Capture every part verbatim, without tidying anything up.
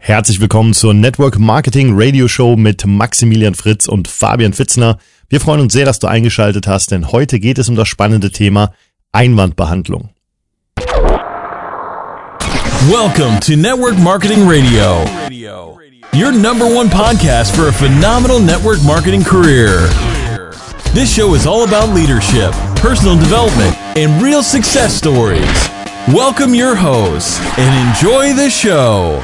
Herzlich willkommen zur Network Marketing Radio Show mit Maximilian Fritz und Fabian Fitzner. Wir freuen uns sehr, dass du eingeschaltet hast, denn heute geht es um das spannende Thema Einwandbehandlung. Welcome to Network Marketing Radio, your number one podcast for a phenomenal network marketing career. This show is all about leadership, personal development, and real success stories. Welcome your hosts and enjoy the show.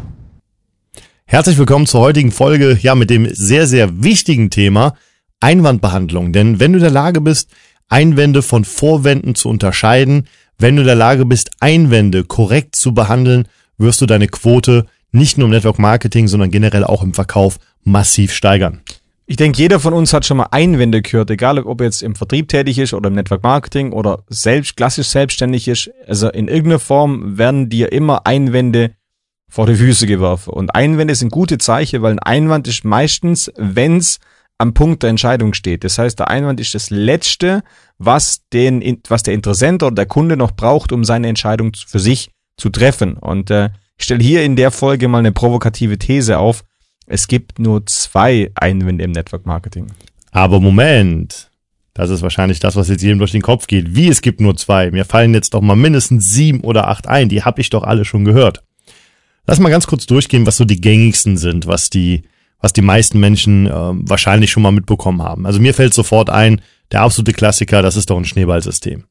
Herzlich willkommen zur heutigen Folge, ja, mit dem sehr, sehr wichtigen Thema Einwandbehandlung. Denn wenn du in der Lage bist, Einwände von Vorwänden zu unterscheiden, wenn du in der Lage bist, Einwände korrekt zu behandeln, wirst du deine Quote nicht nur im Network Marketing, sondern generell auch im Verkauf massiv steigern. Ich denke, jeder von uns hat schon mal Einwände gehört, egal ob er jetzt im Vertrieb tätig ist oder im Network Marketing oder selbst klassisch selbstständig ist. Also in irgendeiner Form werden dir immer Einwände vor die Füße geworfen. Und Einwände sind gute Zeichen, weil ein Einwand ist meistens, wenn es am Punkt der Entscheidung steht. Das heißt, der Einwand ist das Letzte, was den, was der Interessent oder der Kunde noch braucht, um seine Entscheidung für sich zu treffen. Und äh, ich stelle hier in der Folge mal eine provokative These auf. Es gibt nur zwei Einwände im Network Marketing. Aber Moment, das ist wahrscheinlich das, was jetzt jedem durch den Kopf geht. Wie, es gibt nur zwei? Mir fallen jetzt doch mal mindestens sieben oder acht ein. Die habe ich doch alle schon gehört. Lass mal ganz kurz durchgehen, was so die gängigsten sind, was die was die meisten Menschen äh, wahrscheinlich schon mal mitbekommen haben. Also mir fällt sofort ein, der absolute Klassiker, das ist doch ein Schneeballsystem.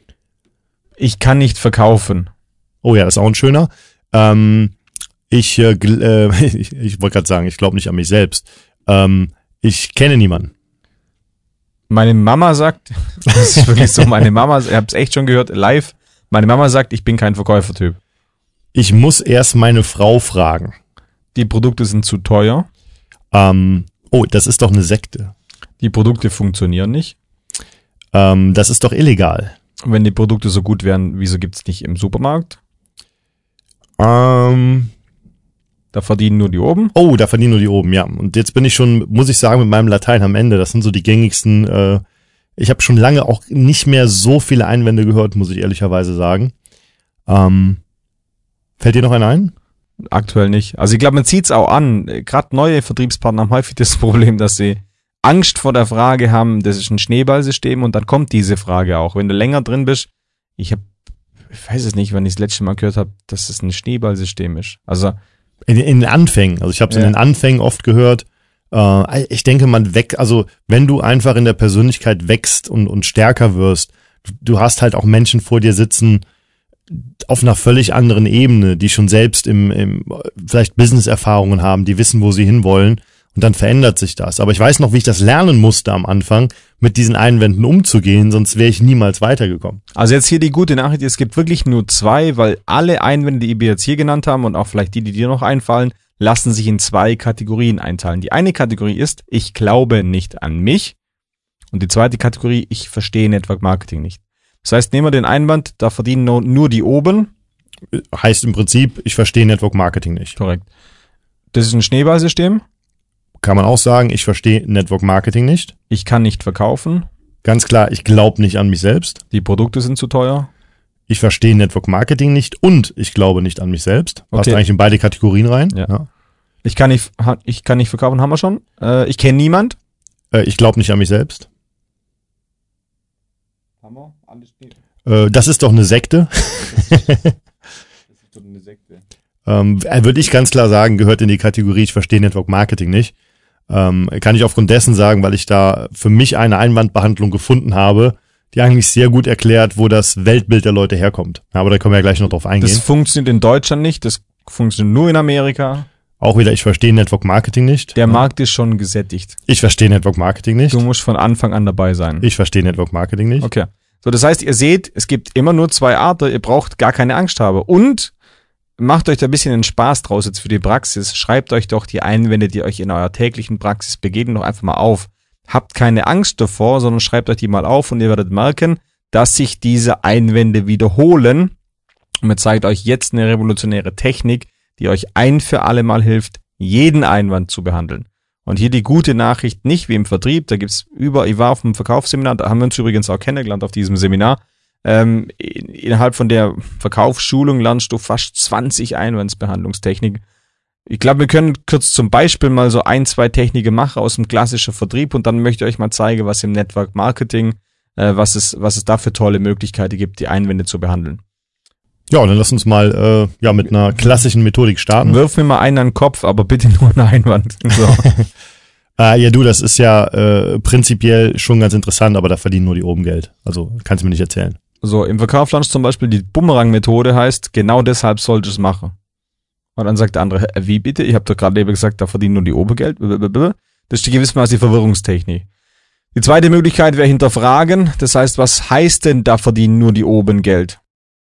Ich kann nicht verkaufen. Oh ja, das ist auch ein schöner. Ähm, ich äh, äh, ich, ich wollte gerade sagen, ich glaube nicht an mich selbst. Ähm, ich kenne niemanden. Meine Mama sagt, das ist wirklich so, meine Mama, ich habe es echt schon gehört, live, meine Mama sagt, ich bin kein Verkäufertyp. Ich muss erst meine Frau fragen. Die Produkte sind zu teuer. Ähm, oh, das ist doch eine Sekte. Die Produkte funktionieren nicht. Ähm, das ist doch illegal. Und wenn die Produkte so gut wären, wieso gibt's nicht im Supermarkt? Ähm, da verdienen nur die oben. Oh, da verdienen nur die oben, ja. Und jetzt bin ich schon, muss ich sagen, mit meinem Latein am Ende. Das sind so die gängigsten. Äh, ich habe schon lange auch nicht mehr so viele Einwände gehört, muss ich ehrlicherweise sagen. Ähm, fällt dir noch einer ein? Aktuell nicht. Also ich glaube, man zieht's auch an. Gerade neue Vertriebspartner haben häufig das Problem, dass sie Angst vor der Frage haben, das ist ein Schneeballsystem und dann kommt diese Frage auch. Wenn du länger drin bist, ich habe, ich weiß es nicht, wann ich das letzte Mal gehört habe, dass es ein Schneeballsystem ist. Also in, in den Anfängen. Also ich habe es ja. in den Anfängen oft gehört. Äh, ich denke, man weg, also wenn du einfach in der Persönlichkeit wächst und, und stärker wirst, du, du hast halt auch Menschen vor dir sitzen, auf einer völlig anderen Ebene, die schon selbst im, im vielleicht Business-Erfahrungen haben, die wissen, wo sie hinwollen und dann verändert sich das. Aber ich weiß noch, wie ich das lernen musste am Anfang, mit diesen Einwänden umzugehen, sonst wäre ich niemals weitergekommen. Also jetzt hier die gute Nachricht, es gibt wirklich nur zwei, weil alle Einwände, die wir jetzt hier genannt haben und auch vielleicht die, die dir noch einfallen, lassen sich in zwei Kategorien einteilen. Die eine Kategorie ist, ich glaube nicht an mich und die zweite Kategorie, ich verstehe Network Marketing nicht. Das heißt, nehmen wir den Einwand, da verdienen nur, nur die oben. Heißt im Prinzip, ich verstehe Network Marketing nicht. Korrekt. Das ist ein Schneeballsystem. Kann man auch sagen, ich verstehe Network Marketing nicht. Ich kann nicht verkaufen. Ganz klar, ich glaube nicht an mich selbst. Die Produkte sind zu teuer. Ich verstehe Network Marketing nicht und ich glaube nicht an mich selbst. Passt Okay. eigentlich in beide Kategorien rein. Ja. Ja. Ich kann nicht, ich kann nicht verkaufen, haben wir schon. Äh, ich kenne niemand. Äh, ich glaube nicht an mich selbst. Haben wir? Alles steht. Äh, das ist doch eine Sekte. Das ist doch eine Sekte. Ähm, würde ich ganz klar sagen, gehört in die Kategorie, ich verstehe Network Marketing nicht. Ähm, kann ich aufgrund dessen sagen, weil ich da für mich eine Einwandbehandlung gefunden habe, die eigentlich sehr gut erklärt, wo das Weltbild der Leute herkommt. Aber da können wir ja gleich noch drauf eingehen. Das funktioniert in Deutschland nicht, das funktioniert nur in Amerika. Auch wieder, ich verstehe Network Marketing nicht. Der Markt ist schon gesättigt. Ich verstehe Network Marketing nicht. Du musst von Anfang an dabei sein. Ich verstehe Network Marketing nicht. Okay. So, das heißt, ihr seht, es gibt immer nur zwei Arten, ihr braucht gar keine Angst haben. Und macht euch da ein bisschen einen Spaß draus jetzt für die Praxis. Schreibt euch doch die Einwände, die euch in eurer täglichen Praxis begegnen, doch einfach mal auf. Habt keine Angst davor, sondern schreibt euch die mal auf und ihr werdet merken, dass sich diese Einwände wiederholen. Und mir zeigt euch jetzt eine revolutionäre Technik, die euch ein für alle Mal hilft, jeden Einwand zu behandeln. Und hier die gute Nachricht, nicht wie im Vertrieb, da gibt's über, ich war auf einem Verkaufsseminar, da haben wir uns übrigens auch kennengelernt auf diesem Seminar. Ähm, innerhalb von der Verkaufsschulung lernst du fast zwanzig Einwandsbehandlungstechniken. Ich glaube, wir können kurz zum Beispiel mal so ein, zwei Techniken machen aus dem klassischen Vertrieb und dann möchte ich euch mal zeigen, was im Network Marketing, äh, was es, was es da für tolle Möglichkeiten gibt, die Einwände zu behandeln. Ja, dann lass uns mal äh, ja mit einer klassischen Methodik starten. Wirf mir mal einen an den Kopf, aber bitte nur einen Einwand. So. äh, ja, du, das ist ja äh, prinzipiell schon ganz interessant, aber da verdienen nur die oben Geld. Also kannst du mir nicht erzählen. So, im Verkaufsland zum Beispiel die Bumerang-Methode heißt, genau deshalb solltest du es machen. Und dann sagt der andere, wie bitte? Ich habe doch gerade eben gesagt, da verdienen nur die Obergeld. Das ist die gewissermaßen die Verwirrungstechnik. Die zweite Möglichkeit wäre hinterfragen. Das heißt, was heißt denn, da verdienen nur die oben Geld?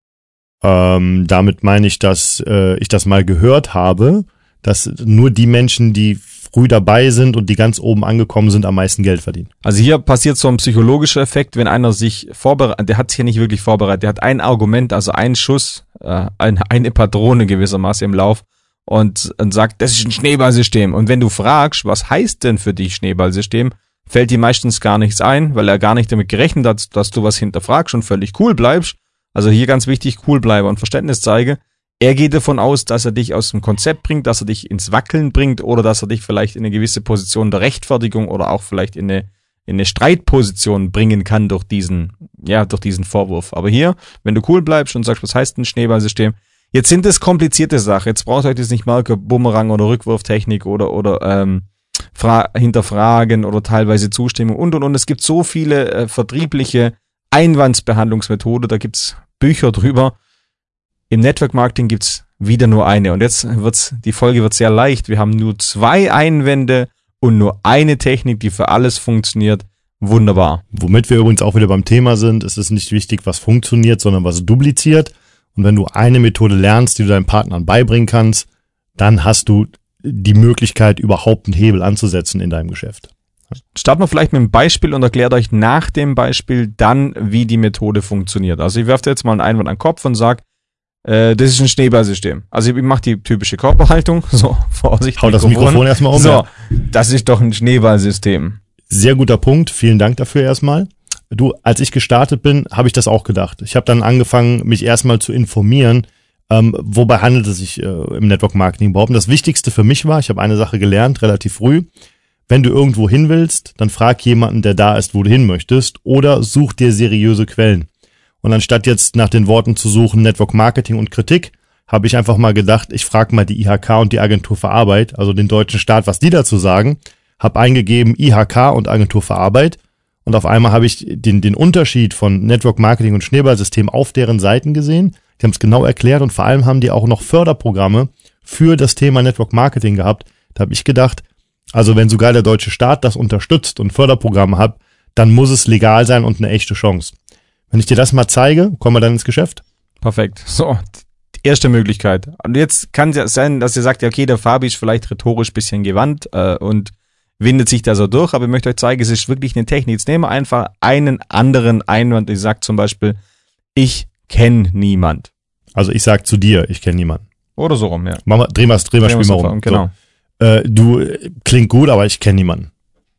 Ähm, damit meine ich, dass äh, ich das mal gehört habe, dass nur die Menschen, die früh dabei sind und die ganz oben angekommen sind, am meisten Geld verdienen. Also hier passiert so ein psychologischer Effekt, wenn einer sich vorbereitet, der hat sich ja nicht wirklich vorbereitet, der hat ein Argument, also einen Schuss, äh, eine, eine Patrone gewissermaßen im Lauf und, und sagt, das ist ein Schneeballsystem. Und wenn du fragst, was heißt denn für dich Schneeballsystem, fällt dir meistens gar nichts ein, weil er gar nicht damit gerechnet hat, dass du was hinterfragst und völlig cool bleibst. Also hier ganz wichtig, cool bleiben und Verständnis zeige. Er geht davon aus, dass er dich aus dem Konzept bringt, dass er dich ins Wackeln bringt oder dass er dich vielleicht in eine gewisse Position der Rechtfertigung oder auch vielleicht in eine, in eine Streitposition bringen kann durch diesen, ja, durch diesen Vorwurf. Aber hier, wenn du cool bleibst und sagst, was heißt ein Schneeballsystem? Jetzt sind es komplizierte Sachen. Jetzt braucht ihr euch das nicht merken, Bumerang oder Rückwurftechnik oder, oder, ähm, fra- hinterfragen oder teilweise Zustimmung und, und, und. Es gibt so viele äh, vertriebliche Einwandsbehandlungsmethoden, da gibt's Bücher drüber. Im Network Marketing gibt's wieder nur eine. Und jetzt wird's, die Folge wird sehr leicht. Wir haben nur zwei Einwände und nur eine Technik, die für alles funktioniert. Wunderbar. Womit wir übrigens auch wieder beim Thema sind, es ist nicht wichtig, was funktioniert, sondern was dupliziert. Und wenn du eine Methode lernst, die du deinen Partnern beibringen kannst, dann hast du die Möglichkeit, überhaupt einen Hebel anzusetzen in deinem Geschäft. Starten wir vielleicht mit einem Beispiel und erklärt euch nach dem Beispiel dann, wie die Methode funktioniert. Also ich werfe dir jetzt mal einen Einwand an den Kopf und sage, äh, das ist ein Schneeballsystem. Also ich mache die typische Körperhaltung, so Vorsicht. Hau das Mikrofon erstmal um. So, ja. Das ist doch ein Schneeballsystem. Sehr guter Punkt, vielen Dank dafür erstmal. Du, als ich gestartet bin, habe ich das auch gedacht. Ich habe dann angefangen, mich erstmal zu informieren, ähm, wobei handelt es sich äh, im Network Marketing überhaupt. Und das Wichtigste für mich war, ich habe eine Sache gelernt, relativ früh, wenn du irgendwo hin willst, dann frag jemanden, der da ist, wo du hin möchtest, oder such dir seriöse Quellen. Und anstatt jetzt nach den Worten zu suchen, Network Marketing und Kritik, habe ich einfach mal gedacht, ich frage mal die I H K und die Agentur für Arbeit, also den deutschen Staat, was die dazu sagen, habe eingegeben I H K und Agentur für Arbeit und auf einmal habe ich den, den Unterschied von Network Marketing und Schneeballsystem auf deren Seiten gesehen. Die haben es genau erklärt und vor allem haben die auch noch Förderprogramme für das Thema Network Marketing gehabt. Da habe ich gedacht, also wenn sogar der deutsche Staat das unterstützt und Förderprogramme hat, dann muss es legal sein und eine echte Chance. Wenn ich dir das mal zeige, kommen wir dann ins Geschäft. Perfekt. So, die erste Möglichkeit. Und jetzt kann es ja sein, dass ihr sagt, ja okay, der Fabi ist vielleicht rhetorisch ein bisschen gewandt äh, und windet sich da so durch, aber ich möchte euch zeigen, es ist wirklich eine Technik. Jetzt nehmen wir einfach einen anderen Einwand. Ich sage zum Beispiel, ich kenne niemand. Also ich sag zu dir, ich kenne niemanden. Oder so rum, ja. Mach mal, dreh mal, dreh mal, Spiel mal rum. Genau. So. Äh, du, klingt gut, aber ich kenne niemanden.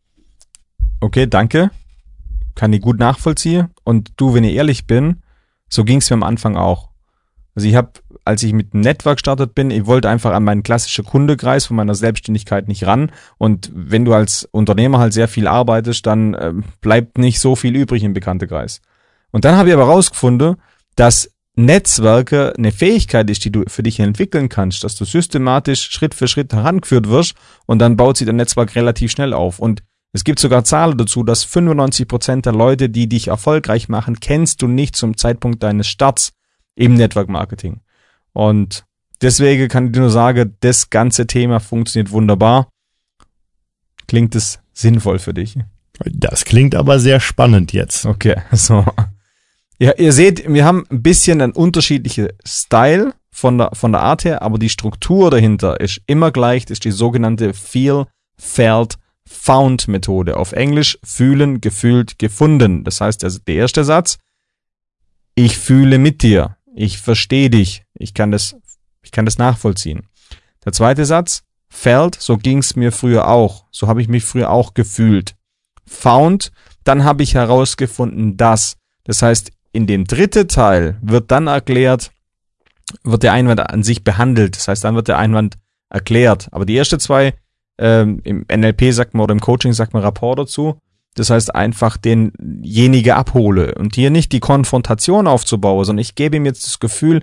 Okay, danke. Kann ich gut nachvollziehen. Und du, wenn ich ehrlich bin, so ging es mir am Anfang auch. Also ich habe, als ich mit dem Network gestartet bin, ich wollte einfach an meinen klassischen Kundekreis von meiner Selbstständigkeit nicht ran. Und wenn du als Unternehmer halt sehr viel arbeitest, dann äh, bleibt nicht so viel übrig im Bekanntenkreis. Und dann habe ich aber rausgefunden, dass Netzwerke eine Fähigkeit ist, die du für dich entwickeln kannst, dass du systematisch Schritt für Schritt herangeführt wirst und dann baut sich dein Netzwerk relativ schnell auf. Und es gibt sogar Zahlen dazu, dass fünfundneunzig Prozent der Leute, die dich erfolgreich machen, kennst du nicht zum Zeitpunkt deines Starts im Network Marketing. Und deswegen kann ich dir nur sagen, das ganze Thema funktioniert wunderbar. Klingt es sinnvoll für dich? Das klingt aber sehr spannend jetzt. Okay, so. Ja, ihr seht, wir haben ein bisschen einen unterschiedlichen Style von der, von der Art her, aber die Struktur dahinter ist immer gleich. Das ist die sogenannte Feel, Felt, Found Methode. Auf Englisch fühlen, gefühlt, gefunden. Das heißt, also der erste Satz, ich fühle mit dir. Ich verstehe dich. Ich kann das, ich kann das nachvollziehen. Der zweite Satz, felt, so ging's mir früher auch. So habe ich mich früher auch gefühlt. Found, dann habe ich herausgefunden, dass. Das heißt, in dem dritten Teil wird dann erklärt, wird der Einwand an sich behandelt. Das heißt, dann wird der Einwand erklärt. Aber die ersten zwei, ähm, im N L P sagt man oder im Coaching sagt man Rapport dazu. Das heißt einfach denjenige abhole und hier nicht die Konfrontation aufzubauen, sondern ich gebe ihm jetzt das Gefühl,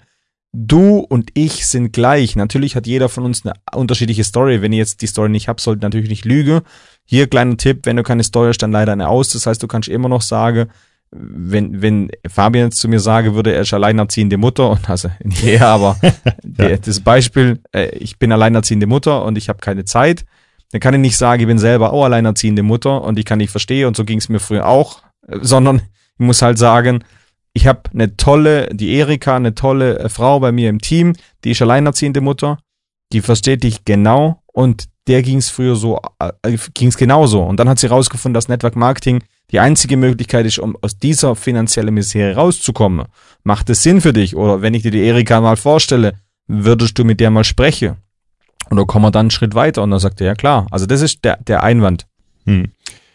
du und ich sind gleich. Natürlich hat jeder von uns eine unterschiedliche Story. Wenn ihr jetzt die Story nicht habt, sollt ihr natürlich nicht lügen. Hier kleiner Tipp, wenn du keine Story hast, dann leider eine aus. Das heißt, du kannst immer noch sagen, wenn wenn Fabian jetzt zu mir sagen würde, er ist alleinerziehende Mutter, und also ja, aber ja. das Beispiel, ich bin alleinerziehende Mutter und ich habe keine Zeit, dann kann ich nicht sagen, ich bin selber auch alleinerziehende Mutter und ich kann nicht verstehen und so ging es mir früher auch, sondern ich muss halt sagen, ich habe eine tolle, die Erika, eine tolle Frau bei mir im Team, die ist alleinerziehende Mutter, die versteht dich genau und der ging es früher so, äh, ging es genauso. Und dann hat sie rausgefunden, dass Network Marketing die einzige Möglichkeit ist, um aus dieser finanziellen Misere rauszukommen. Macht es Sinn für dich? Oder wenn ich dir die Erika mal vorstelle, würdest du mit der mal sprechen? Und dann kommen wir dann einen Schritt weiter. Und dann sagt er, ja klar. Also das ist der, der Einwand. Hm.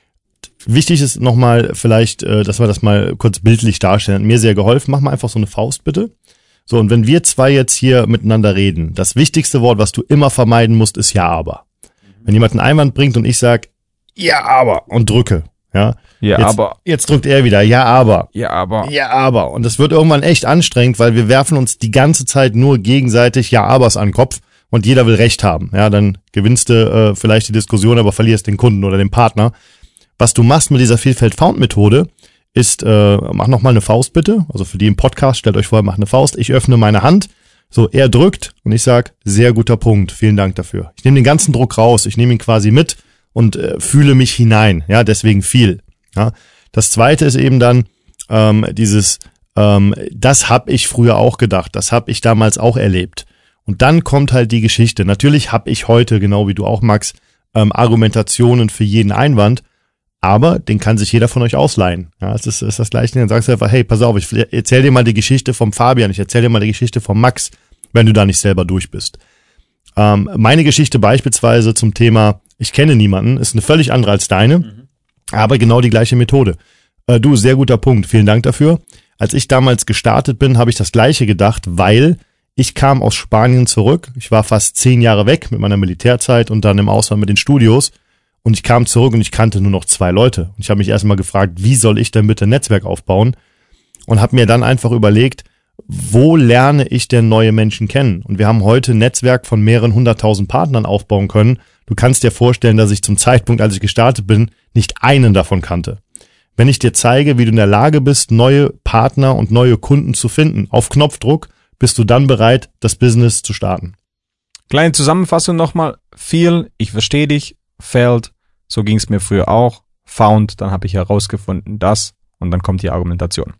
Wichtig ist nochmal vielleicht, dass wir das mal kurz bildlich darstellen. Hat mir sehr geholfen. Mach mal einfach so eine Faust bitte. So, und wenn wir zwei jetzt hier miteinander reden, das wichtigste Wort, was du immer vermeiden musst, ist ja, aber. Wenn jemand einen Einwand bringt und ich sag, ja, aber, und drücke, ja. Ja, jetzt, aber. Jetzt drückt er wieder, ja, aber. Ja, aber. Ja, aber. Und das wird irgendwann echt anstrengend, weil wir werfen uns die ganze Zeit nur gegenseitig ja, abers an den Kopf und jeder will Recht haben. Ja, dann gewinnst du äh, vielleicht die Diskussion, aber verlierst den Kunden oder den Partner. Was du machst mit dieser Vielfalt-Found-Methode ist, äh, mach nochmal eine Faust bitte. Also für die im Podcast, stellt euch vor, mach eine Faust. Ich öffne meine Hand. So, er drückt und ich sag, sehr guter Punkt, vielen Dank dafür. Ich nehme den ganzen Druck raus, ich nehme ihn quasi mit und äh, fühle mich hinein, ja, deswegen viel. Ja. Das zweite ist eben dann ähm, dieses, ähm, das habe ich früher auch gedacht, das habe ich damals auch erlebt. Und dann kommt halt die Geschichte. Natürlich habe ich heute, genau wie du auch, Max, ähm, Argumentationen für jeden Einwand, aber den kann sich jeder von euch ausleihen. Ja, es ist, ist das Gleiche. Dann sagst du einfach, hey, pass auf, ich erzähl dir mal die Geschichte vom Fabian, ich erzähl dir mal die Geschichte vom Max, wenn du da nicht selber durch bist. Ähm, meine Geschichte beispielsweise zum Thema, ich kenne niemanden, ist eine völlig andere als deine, mhm. aber genau die gleiche Methode. Äh, du, sehr guter Punkt, vielen Dank dafür. Als ich damals gestartet bin, habe ich das Gleiche gedacht, weil ich kam aus Spanien zurück. Ich war fast zehn Jahre weg mit meiner Militärzeit und dann im Ausland mit den Studios. Und ich kam zurück und ich kannte nur noch zwei Leute. Und ich habe mich erstmal gefragt, wie soll ich denn bitte ein Netzwerk aufbauen? Und habe mir dann einfach überlegt, wo lerne ich denn neue Menschen kennen? Und wir haben heute ein Netzwerk von mehreren hunderttausend Partnern aufbauen können. Du kannst dir vorstellen, dass ich zum Zeitpunkt, als ich gestartet bin, nicht einen davon kannte. Wenn ich dir zeige, wie du in der Lage bist, neue Partner und neue Kunden zu finden, auf Knopfdruck, bist du dann bereit, das Business zu starten. Kleine Zusammenfassung nochmal. Feel, ich verstehe dich. Felt, so ging es mir früher auch. Found, dann habe ich herausgefunden, das. Und dann kommt die Argumentation.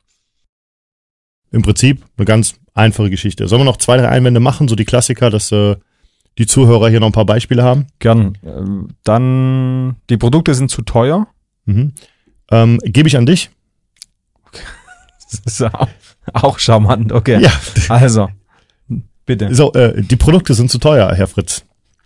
Im Prinzip eine ganz einfache Geschichte. Sollen wir noch zwei, drei Einwände machen, so die Klassiker, dass äh, die Zuhörer hier noch ein paar Beispiele haben? Gern. Ähm, dann, die Produkte sind zu teuer. Mhm. Ähm, gebe ich an dich. Das ist auch, auch charmant, okay. Ja. Also, bitte. So, äh, die Produkte sind zu teuer, Herr Fritz.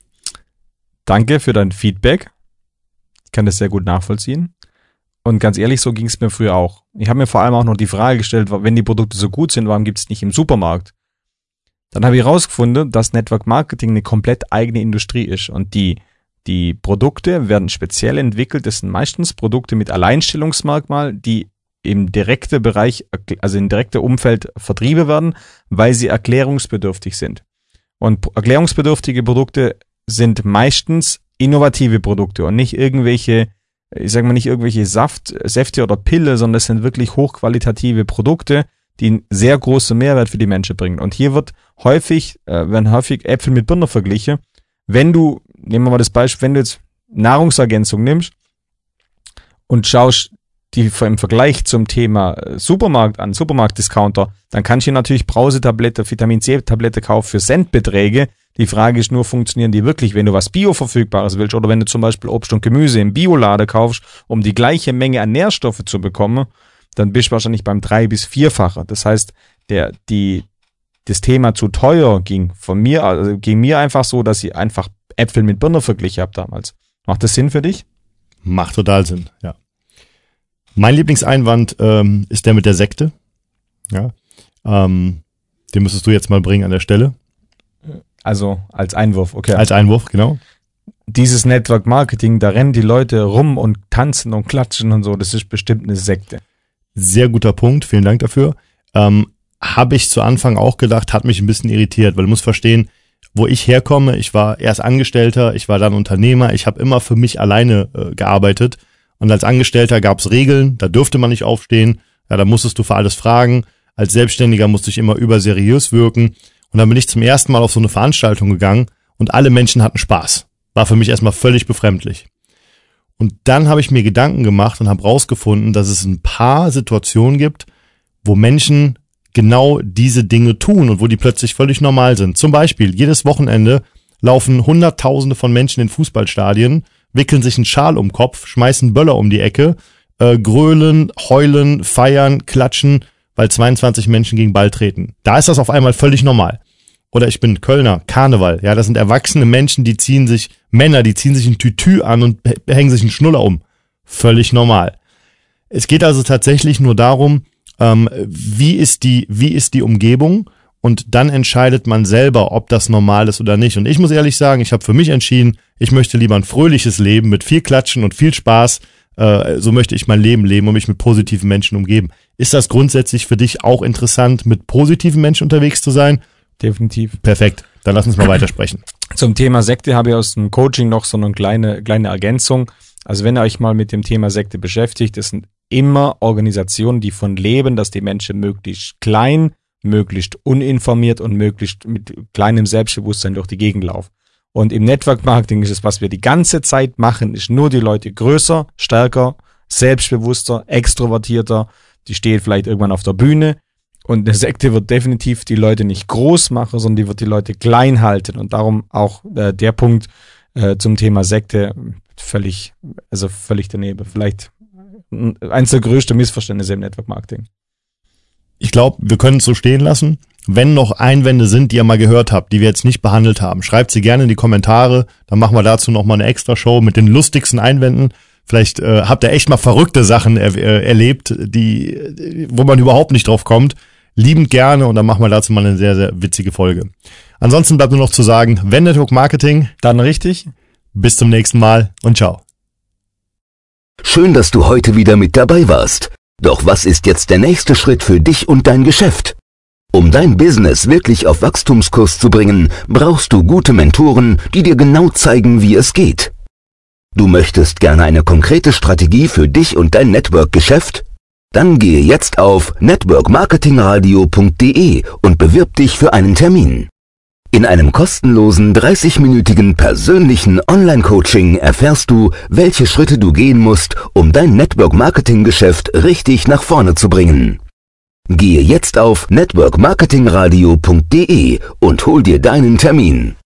Danke für dein Feedback. Ich kann das sehr gut nachvollziehen. Und ganz ehrlich, so ging es mir früher auch. Ich habe mir vor allem auch noch die Frage gestellt, wenn die Produkte so gut sind, warum gibt es nicht im Supermarkt? Dann habe ich herausgefunden, dass Network Marketing eine komplett eigene Industrie ist. Und die, die Produkte werden speziell entwickelt. Das sind meistens Produkte mit Alleinstellungsmerkmal, die im direkten Bereich, also im direkten Umfeld Vertriebe werden, weil sie erklärungsbedürftig sind. Und erklärungsbedürftige Produkte sind meistens innovative Produkte und nicht irgendwelche, ich sage mal nicht irgendwelche Saft, Säfte oder Pille, sondern es sind wirklich hochqualitative Produkte, die einen sehr großen Mehrwert für die Menschen bringen. Und hier wird häufig, äh, werden häufig Äpfel mit Birnen verglichen. Wenn du, nehmen wir mal das Beispiel, wenn du jetzt Nahrungsergänzung nimmst und schaust die im Vergleich zum Thema Supermarkt an, Supermarktdiscounter, dann kannst du natürlich Brausetablette, Vitamin C-Tablette kaufen für Centbeträge. Die Frage ist nur, funktionieren die wirklich, wenn du was Bio-Verfügbares willst oder wenn du zum Beispiel Obst und Gemüse im Bioladen kaufst, um die gleiche Menge an Nährstoffe zu bekommen, dann bist du wahrscheinlich beim drei- bis vierfache. Das heißt, der, die, das Thema zu teuer ging von mir, also ging mir einfach so, dass ich einfach Äpfel mit Birnen verglichen habe damals. Macht das Sinn für dich? Macht total Sinn, ja. Mein Lieblingseinwand ähm, ist der mit der Sekte. Ja, ähm, den müsstest du jetzt mal bringen an der Stelle. Also als Einwurf, okay. Als Einwurf, genau. Dieses Network Marketing, da rennen die Leute rum und tanzen und klatschen und so, das ist bestimmt eine Sekte. Sehr guter Punkt, vielen Dank dafür. Ähm, habe ich zu Anfang auch gedacht, hat mich ein bisschen irritiert, weil du musst verstehen, wo ich herkomme, ich war erst Angestellter, ich war dann Unternehmer, ich habe immer für mich alleine äh, gearbeitet und als Angestellter gab es Regeln, da durfte man nicht aufstehen, ja, da musstest du für alles fragen, als Selbstständiger musste ich immer überseriös wirken und dann bin ich zum ersten Mal auf so eine Veranstaltung gegangen und alle Menschen hatten Spaß. War für mich erstmal völlig befremdlich. Und dann habe ich mir Gedanken gemacht und habe rausgefunden, dass es ein paar Situationen gibt, wo Menschen genau diese Dinge tun und wo die plötzlich völlig normal sind. Zum Beispiel, jedes Wochenende laufen Hunderttausende von Menschen in Fußballstadien, wickeln sich einen Schal um den Kopf, schmeißen Böller um die Ecke, äh, grölen, heulen, feiern, klatschen, weil zweiundzwanzig Menschen gegen Ball treten. Da ist das auf einmal völlig normal. Oder ich bin Kölner, Karneval. Ja, das sind erwachsene Menschen, die ziehen sich, Männer, die ziehen sich ein Tütü an und hängen sich einen Schnuller um. Völlig normal. Es geht also tatsächlich nur darum, ähm, wie ist die, wie ist die Umgebung und dann entscheidet man selber, ob das normal ist oder nicht. Und ich muss ehrlich sagen, ich habe für mich entschieden, ich möchte lieber ein fröhliches Leben mit viel Klatschen und viel Spaß. Äh, so möchte ich mein Leben leben und mich mit positiven Menschen umgeben. Ist das grundsätzlich für dich auch interessant, mit positiven Menschen unterwegs zu sein? Definitiv. Perfekt, dann lass uns mal weitersprechen. Zum Thema Sekte habe ich aus dem Coaching noch so eine kleine, kleine Ergänzung. Also wenn ihr euch mal mit dem Thema Sekte beschäftigt, das sind immer Organisationen, die von leben, dass die Menschen möglichst klein, möglichst uninformiert und möglichst mit kleinem Selbstbewusstsein durch die Gegend laufen. Und im Network Marketing ist es, was wir die ganze Zeit machen, ist nur die Leute größer, stärker, selbstbewusster, extrovertierter, die stehen vielleicht irgendwann auf der Bühne. Und eine Sekte wird definitiv die Leute nicht groß machen, sondern die wird die Leute klein halten. Und darum auch äh, der Punkt äh, zum Thema Sekte völlig, also völlig daneben. Vielleicht eins der größten Missverständnisse im Network Marketing. Ich glaube, wir können es so stehen lassen. Wenn noch Einwände sind, die ihr mal gehört habt, die wir jetzt nicht behandelt haben, schreibt sie gerne in die Kommentare. Dann machen wir dazu noch mal eine extra Show mit den lustigsten Einwänden. Vielleicht äh, habt ihr echt mal verrückte Sachen er, äh, erlebt, die, wo man überhaupt nicht drauf kommt. Liebend gerne und dann machen wir dazu mal eine sehr, sehr witzige Folge. Ansonsten bleibt nur noch zu sagen, wenn Network Marketing, dann richtig. Bis zum nächsten Mal und ciao. Schön, dass du heute wieder mit dabei warst. Doch was ist jetzt der nächste Schritt für dich und dein Geschäft? Um dein Business wirklich auf Wachstumskurs zu bringen, brauchst du gute Mentoren, die dir genau zeigen, wie es geht. Du möchtest gerne eine konkrete Strategie für dich und dein Network-Geschäft? Dann gehe jetzt auf network marketing radio punkt de und bewirb dich für einen Termin. In einem kostenlosen dreißig-minütigen persönlichen Online-Coaching erfährst du, welche Schritte du gehen musst, um dein Network-Marketing-Geschäft richtig nach vorne zu bringen. Gehe jetzt auf network marketing radio punkt de und hol dir deinen Termin.